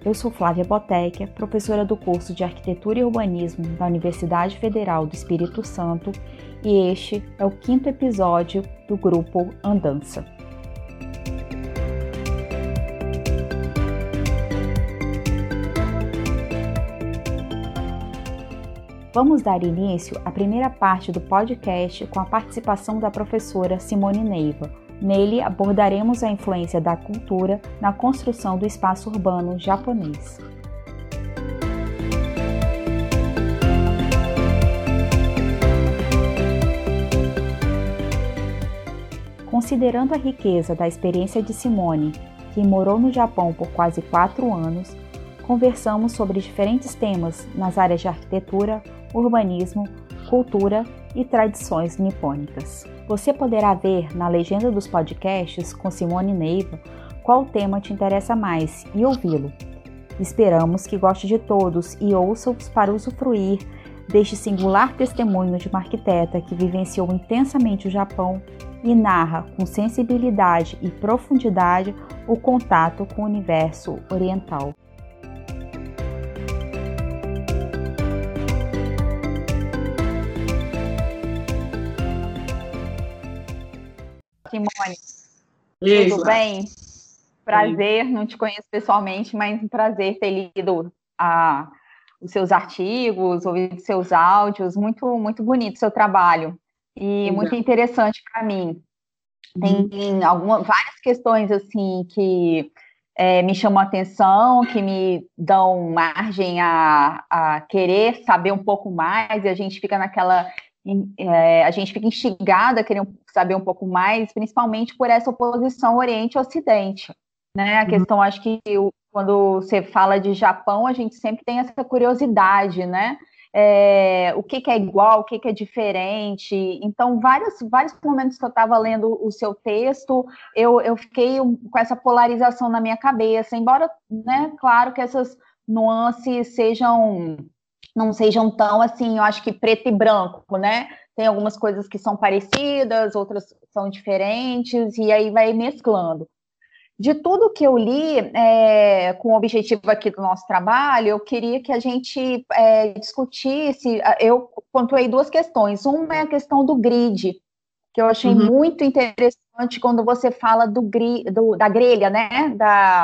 Eu sou Flávia Botecher, professora do curso de Arquitetura e Urbanismo da Universidade Federal do Espírito Santo, e este é o 5º episódio do grupo Andança. Vamos dar início à primeira parte do podcast com a participação da professora Simone Neiva. Nele abordaremos a influência da cultura na construção do espaço urbano japonês. Considerando a riqueza da experiência de Simone, que morou no Japão por quase 4 anos, conversamos sobre diferentes temas nas áreas de arquitetura, urbanismo, cultura e tradições nipônicas. Você poderá ver na legenda dos podcasts com Simone Neiva qual tema te interessa mais e ouvi-lo. Esperamos que goste de todos e ouça-os para usufruir deste singular testemunho de uma arquiteta que vivenciou intensamente o Japão e narra com sensibilidade e profundidade o contato com o universo oriental. Simone, tudo bem? Prazer, não te conheço pessoalmente, mas um prazer ter lido os seus artigos, ouvido seus áudios, muito, muito bonito o seu trabalho e muito interessante para mim. Tem várias questões assim que me chamam a atenção, que me dão margem a querer saber um pouco mais, e a gente fica instigada a querer saber um pouco mais, principalmente por essa oposição Oriente-Ocidente, né? A questão, acho que quando você fala de Japão, a gente sempre tem essa curiosidade, né? O que é igual, o que é diferente. Então, vários momentos que eu estava lendo o seu texto, eu fiquei com essa polarização na minha cabeça, embora, né, claro que essas nuances não sejam tão, assim, eu acho que preto e branco, né? Tem algumas coisas que são parecidas, outras são diferentes, e aí vai mesclando. De tudo que eu li, com o objetivo aqui do nosso trabalho, eu queria que a gente discutisse, eu pontuei 2 questões. Uma é a questão do grid, que eu achei muito interessante quando você fala da grelha, né?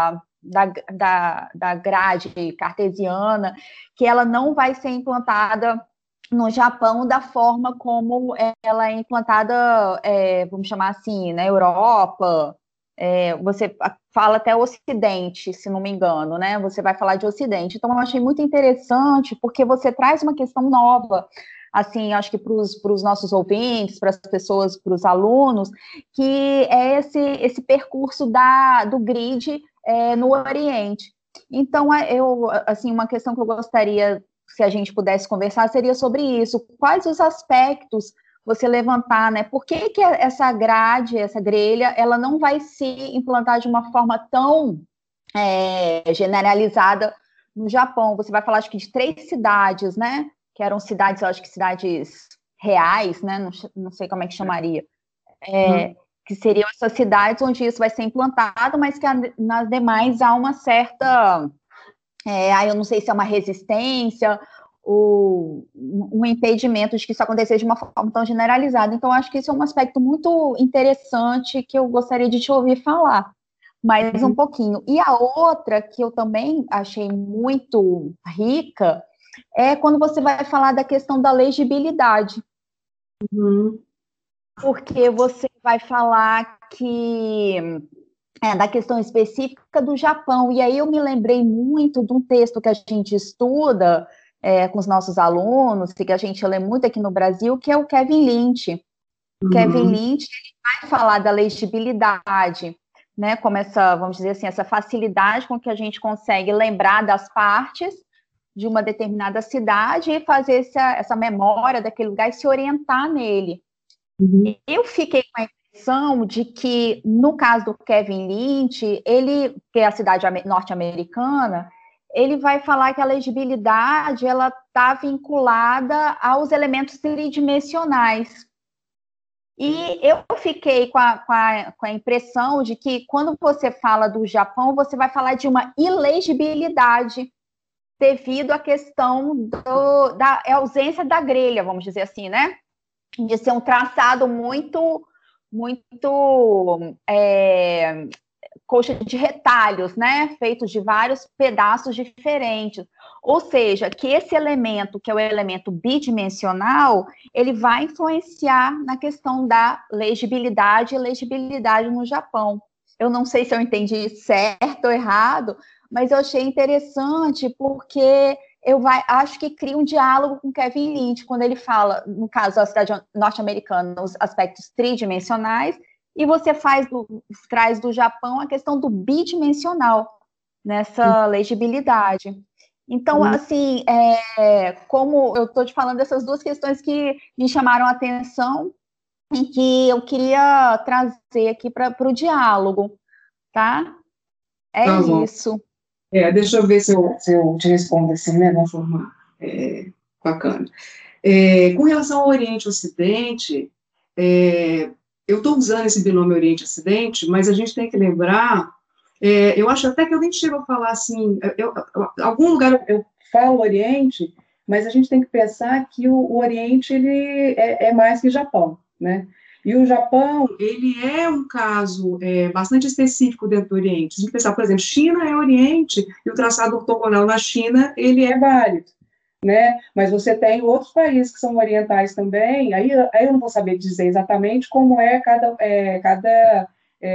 Da grade cartesiana, que ela não vai ser implantada no Japão da forma como ela é implantada, vamos chamar assim, na Europa. Você fala até Ocidente, se não me engano, né? Você vai falar de Ocidente. Então, eu achei muito interessante, porque você traz uma questão nova, assim, acho que para os nossos ouvintes, para as pessoas, para os alunos, que é esse percurso do grid no Oriente. Então, assim, uma questão que eu gostaria, se a gente pudesse conversar, seria sobre isso. Quais os aspectos você levantar, né? Por que essa grade, essa grelha, ela não vai se implantar de uma forma tão generalizada no Japão? Você vai falar, acho que, de 3 cidades, né? Que eram cidades, eu acho que cidades reais, né? Não sei como é que chamaria. Que seriam essas cidades onde isso vai ser implantado, mas que nas demais há uma certa... eu não sei se é uma resistência ou um impedimento de que isso aconteça de uma forma tão generalizada. Então, acho que isso é um aspecto muito interessante que eu gostaria de te ouvir falar mais um pouquinho. E a outra, que eu também achei muito rica, é quando você vai falar da questão da legibilidade. Porque você vai falar da questão específica do Japão. E aí eu me lembrei muito de um texto que a gente estuda com os nossos alunos, que a gente lê muito aqui no Brasil, que é o Kevin Lynch. Kevin Lynch, ele vai falar da legibilidade, né, como vamos dizer assim, essa facilidade com que a gente consegue lembrar das partes de uma determinada cidade e fazer essa memória daquele lugar e se orientar nele. Eu fiquei com a impressão de que, no caso do Kevin Lynch, que é a cidade norte-americana, ele vai falar que a legibilidade ela está vinculada aos elementos tridimensionais. E eu fiquei com a impressão de que quando você fala do Japão, você vai falar de uma ilegibilidade devido à questão da ausência da grelha, vamos dizer assim, né? De ser um traçado muito coxa de retalhos, né? Feitos de vários pedaços diferentes. Ou seja, que esse elemento, que é o elemento bidimensional, ele vai influenciar na questão da legibilidade e legibilidade no Japão. Eu não sei se eu entendi certo ou errado, mas eu achei interessante porque acho que cria um diálogo com Kevin Lynch, quando ele fala, no caso da cidade norte-americana, os aspectos tridimensionais, e você traz do Japão a questão do bidimensional nessa legibilidade. Então, assim, como eu estou te falando dessas duas questões que me chamaram a atenção e que eu queria trazer aqui para o diálogo, tá? É Tá bom. isso. Deixa eu ver se eu te respondo assim, né, de uma forma bacana. Com relação ao Oriente e Ocidente, eu estou usando esse binômio Oriente-Ocidente, mas a gente tem que lembrar, eu acho até que eu nem chego a falar assim, algum lugar eu falo Oriente, mas a gente tem que pensar que o Oriente ele é mais que Japão, né? E o Japão, ele é um caso bastante específico dentro do Oriente. Se a gente pensar, por exemplo, China é Oriente, e o traçado ortogonal na China, ele é válido, né? Mas você tem outros países que são orientais também, aí eu não vou saber dizer exatamente como é cada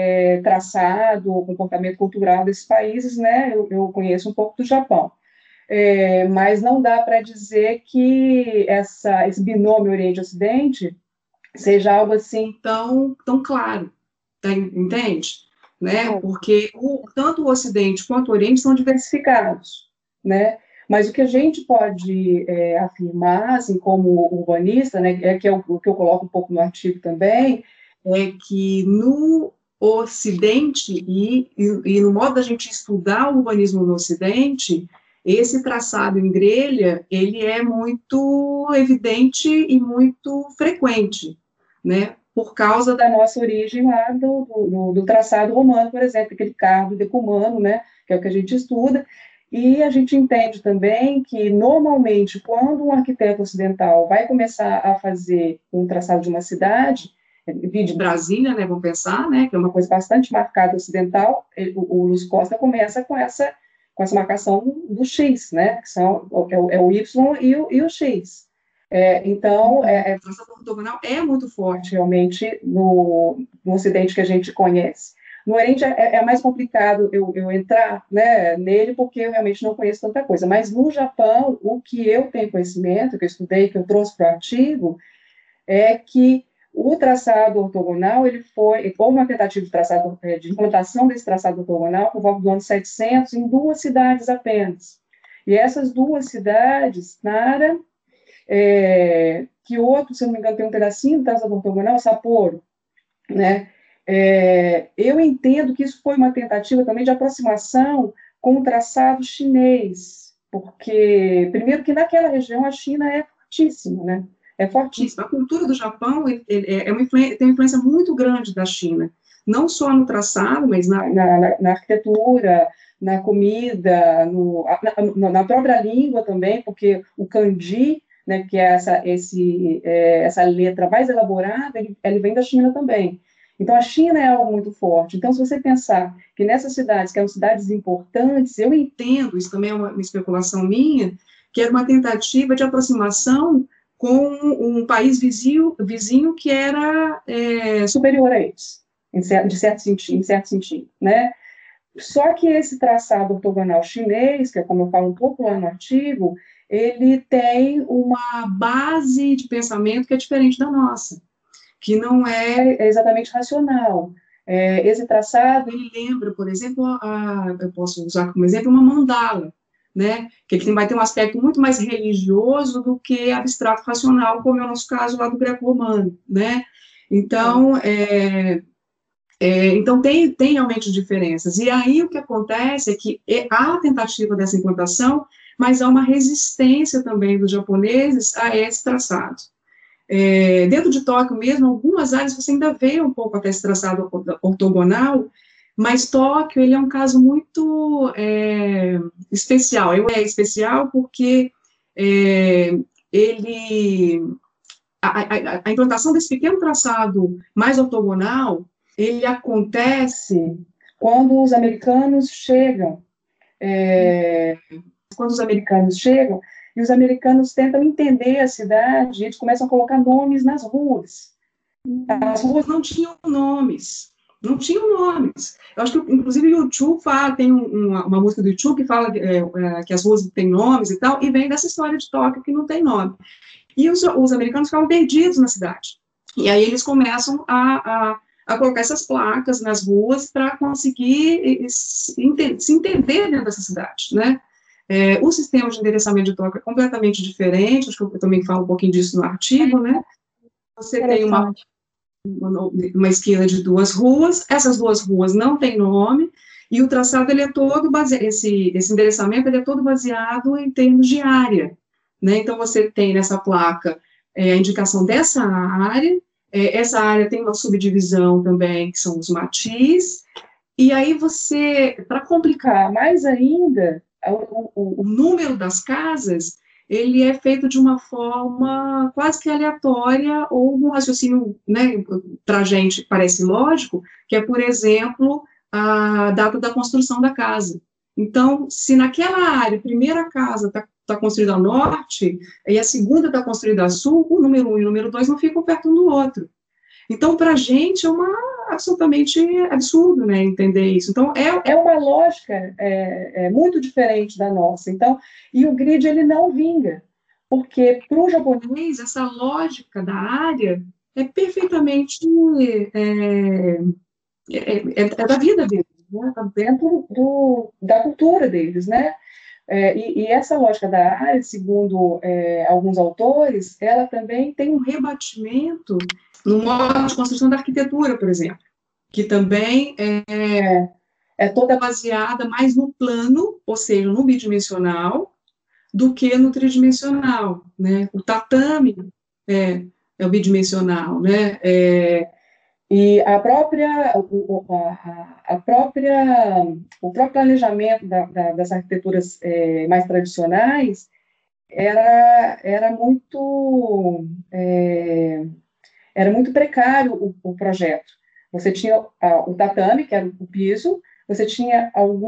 traçado ou comportamento cultural desses países, né? Eu conheço um pouco do Japão. Mas não dá para dizer que esse binômio Oriente-Ocidente seja algo assim tão claro, tá, entende? Né? Porque tanto o Ocidente quanto o Oriente são diversificados, né? Mas o que a gente pode afirmar, assim, como urbanista, né, que é o que eu coloco um pouco no artigo também, é que no Ocidente e no modo da gente estudar o urbanismo no Ocidente, esse traçado em grelha, ele é muito evidente e muito frequente, né? Por causa da nossa origem lá do traçado romano, por exemplo, aquele carro decumano, né? Que é o que a gente estuda, e a gente entende também que, normalmente, quando um arquiteto ocidental vai começar a fazer um traçado de uma cidade, de Brasília, né, vamos pensar, né, que é uma coisa bastante marcada ocidental, o Luiz Costa começa com essa marcação do X, né, que é o Y e o X. Então, a traçação ortogonal é muito forte, realmente, no Ocidente que a gente conhece. No Oriente é mais complicado eu entrar, né, nele, porque eu realmente não conheço tanta coisa. Mas no Japão, o que eu tenho conhecimento, que eu estudei, que eu trouxe para o artigo, é que o traçado ortogonal, houve uma tentativa de implantação desse traçado ortogonal por volta do ano 700, em duas cidades apenas. E essas duas cidades, Nara, Kyoto, se eu não me engano, tem um pedacinho do traçado ortogonal, Sapporo, né? Eu entendo que isso foi uma tentativa também de aproximação com o traçado chinês, porque, primeiro, que naquela região a China é fortíssima, né? É fortíssima. A cultura do Japão tem uma influência muito grande da China, não só no traçado, mas na arquitetura, na comida, na própria língua também, porque o kanji, né, que é essa letra mais elaborada, ele vem da China também. Então, a China é algo muito forte. Então, se você pensar que nessas cidades, que são cidades importantes, eu entendo, isso também é uma especulação minha, que era uma tentativa de aproximação com um país vizinho que era superior a eles, em certo sentido, né? Só que esse traçado ortogonal chinês, que é como eu falo um pouco lá no artigo, ele tem uma base de pensamento que é diferente da nossa, que não é exatamente racional. Esse traçado, ele lembra, por exemplo, eu posso usar como exemplo uma mandala, né? Que ele vai ter um aspecto muito mais religioso do que abstrato racional, como é o nosso caso lá do greco-romano, né? Então, então tem realmente diferenças. E aí o que acontece é que há a tentativa dessa implantação, mas há uma resistência também dos japoneses a esse traçado. Dentro de Tóquio mesmo, algumas áreas você ainda vê um pouco até esse traçado ortogonal, mas Tóquio, ele é um caso muito especial. É especial porque a implantação desse pequeno traçado mais ortogonal, ele acontece quando os americanos chegam, e os americanos tentam entender a cidade, e eles começam a colocar nomes nas ruas. As ruas não tinham nomes. Não tinham nomes. Eu acho que, inclusive, o U2 tem uma música do U2 que fala que as ruas têm nomes e tal, e vem dessa história de Tóquio que não tem nome. E os americanos ficavam perdidos na cidade. E aí eles começam a colocar essas placas nas ruas para conseguir se entender dentro dessa cidade, né? O sistema de endereçamento de Tóquio é completamente diferente, acho que eu também falo um pouquinho disso no artigo, né? Você tem uma esquina de 2 ruas, essas 2 ruas não têm nome, e o traçado, ele é todo baseado, esse endereçamento, ele é todo baseado em termos de área, né? Então, você tem nessa placa a indicação dessa área, essa área tem uma subdivisão também, que são os matis, e aí você, para complicar mais ainda, o número das casas, ele é feito de uma forma quase que aleatória, ou um raciocínio, né, para a gente parece lógico, que é, por exemplo, a data da construção da casa. Então, se naquela área a primeira casa está construída ao norte, e a segunda está construída a sul, o número 1 e o número 2 não ficam perto um do outro. Então, para a gente, absolutamente absurdo, né, entender isso. Então, é uma lógica muito diferente da nossa. Então, e o grid, ele não vinga, porque para o japonês, essa lógica da área é perfeitamente da vida deles, né, está dentro da cultura deles, né? E essa lógica da área, segundo alguns autores, ela também tem um rebatimento no modo de construção da arquitetura, por exemplo, que também é toda baseada mais no plano, ou seja, no bidimensional, do que no tridimensional, né? O tatame é o bidimensional, né? E o próprio planejamento das arquiteturas mais tradicionais era muito precário o projeto. Você tinha o tatame, que era o piso, você tinha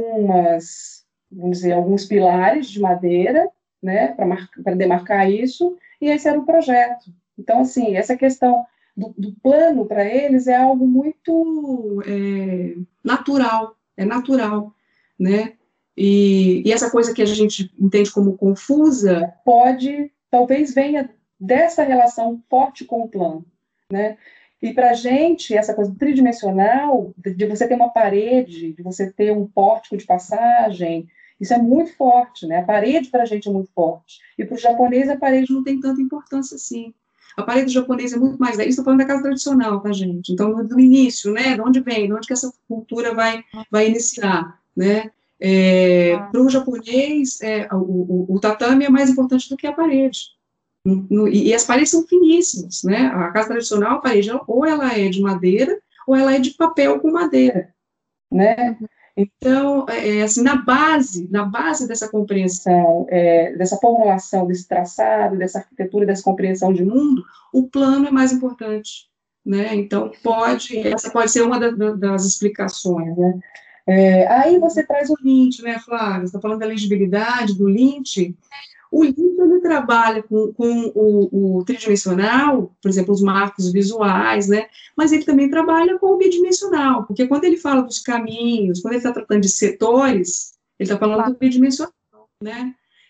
alguns pilares de madeira, né, para demarcar isso, e esse era o projeto. Então, assim, essa questão do plano para eles é algo muito natural, né? E essa coisa que a gente entende como confusa talvez venha dessa relação forte com o plano, né? E para a gente, essa coisa tridimensional, de você ter uma parede, de você ter um pórtico de passagem, isso é muito forte, né? A parede para a gente é muito forte. E para o japonês, a parede não tem tanta importância assim. A parede japonesa é muito mais... Isso estou falando da casa tradicional, tá, gente? Então, do início, né? De onde vem? De onde que essa cultura vai iniciar, né? Para o japonês, o tatame é mais importante do que a parede. E as paredes são finíssimas, né? A casa tradicional, a parede, ou ela é de madeira, ou ela é de papel com madeira, né? Então, assim, na base dessa compreensão, dessa formulação, desse traçado, dessa arquitetura, dessa compreensão de mundo, o plano é mais importante, né? Então, essa pode ser uma das explicações, né? Aí você traz o Lynch, né, Flávia? Você está falando da legibilidade do Lynch. O Lynch, ele trabalha com o tridimensional, por exemplo, os marcos visuais, né? Mas ele também trabalha com o bidimensional, porque quando ele fala dos caminhos, quando ele está tratando de setores, ele está falando do bidimensional, né?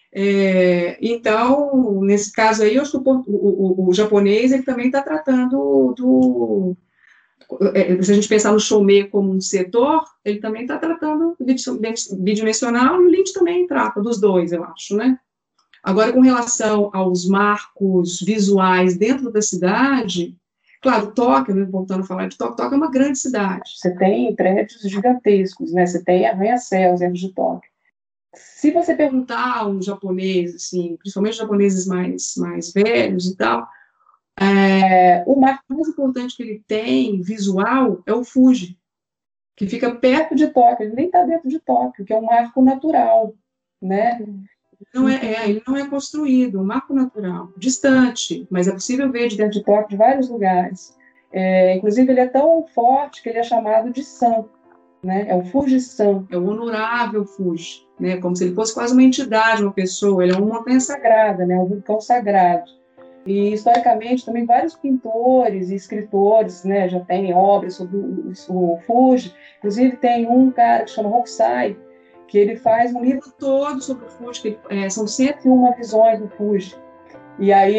Então, nesse caso aí, eu acho que o japonês, ele também está tratando se a gente pensar no Chaumet como um setor, ele também está tratando bidimensional, e o Lynch também trata dos dois, eu acho, né? Agora, com relação aos marcos visuais dentro da cidade, claro, Tóquio, né, voltando a falar de Tóquio, Tóquio é uma grande cidade. Você tem prédios gigantescos, né? Você tem arranha-céus dentro de Tóquio. Se você perguntar a um japonês, assim, principalmente japoneses mais velhos e tal, O marco mais importante que ele tem, visual, é o Fuji, que fica perto de Tóquio, ele nem está dentro de Tóquio, que é um marco natural, né? Ele não é construído, um marco natural, distante, mas é possível ver de dentro de Tóquio de vários lugares. Inclusive, ele é tão forte que ele é chamado de San, né? É o Fuji-san, é o honorável Fuji, né? Como se ele fosse quase uma entidade, uma pessoa, ele é uma montanha sagrada, né? Um vulcão sagrado. E, historicamente, também vários pintores e escritores, né, já têm obras sobre o Fuji. Inclusive, tem um cara que chama Hokusai, que ele faz um livro todo sobre o Fuji, são 101 visões do Fuji. E aí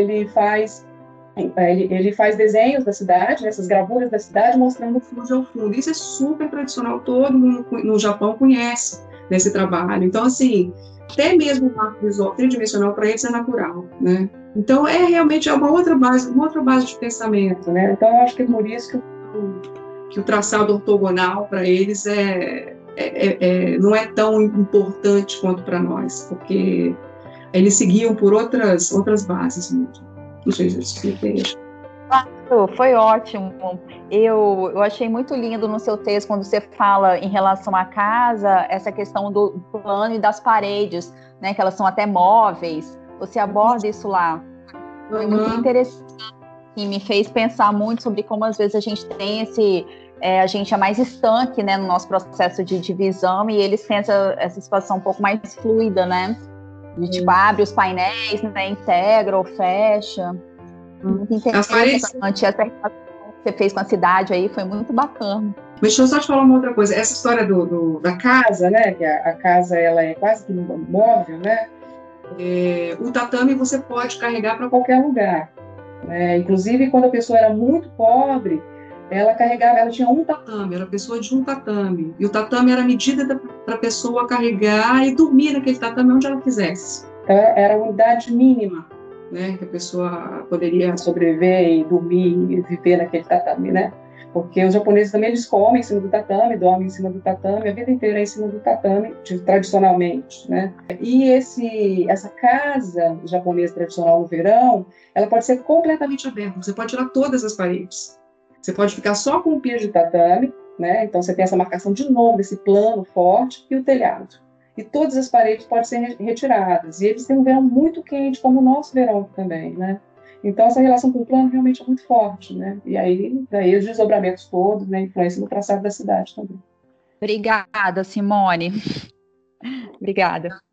ele faz desenhos da cidade, né, essas gravuras da cidade, mostrando o Fuji ao fundo. Isso é super tradicional, todo mundo no Japão conhece esse trabalho. Então, assim, até mesmo o marco visual tridimensional para eles é natural, né? Então, realmente uma outra base de pensamento, né? Então, eu acho que é por isso que o traçado ortogonal para eles não é tão importante quanto para nós, porque eles seguiam por outras bases mesmo. Não sei se eu expliquei. Foi ótimo. Eu achei muito lindo no seu texto, quando você fala em relação à casa, essa questão do plano e das paredes, né, que elas são até móveis. Você aborda isso lá. Foi muito interessante e me fez pensar muito sobre como às vezes a gente tem a gente é mais estanque, né, no nosso processo de divisão, e eles têm essa situação um pouco mais fluida, né? De tipo, abre os painéis, né, integra ou fecha. Muito interessante. Essa relação que você fez com a cidade aí foi muito bacana. Mas deixa eu só te falar uma outra coisa. Essa história da casa, né? Que a casa ela é quase que móvel, né? O tatame você pode carregar para qualquer lugar. Inclusive, quando a pessoa era muito pobre, ela tinha um tatame, era a pessoa de um tatame. E o tatame era a medida para a pessoa carregar e dormir naquele tatame onde ela quisesse. Então, era a unidade mínima, né, que a pessoa poderia sobreviver e dormir e viver naquele tatame, né? Porque os japoneses também eles comem em cima do tatame, dormem em cima do tatame, a vida inteira é em cima do tatame, tradicionalmente, né? E essa casa japonesa tradicional no verão, ela pode ser completamente aberta, você pode tirar todas as paredes. Você pode ficar só com o piso de tatame, né? Então você tem essa marcação de novo, esse plano forte, e o telhado. E todas as paredes podem ser retiradas. E eles têm um verão muito quente, como o nosso verão também, né? Então, essa relação com o plano realmente é muito forte, né? E aí, daí os desdobramentos todos, né, influenciam no traçado da cidade também. Obrigada, Simone. Obrigada.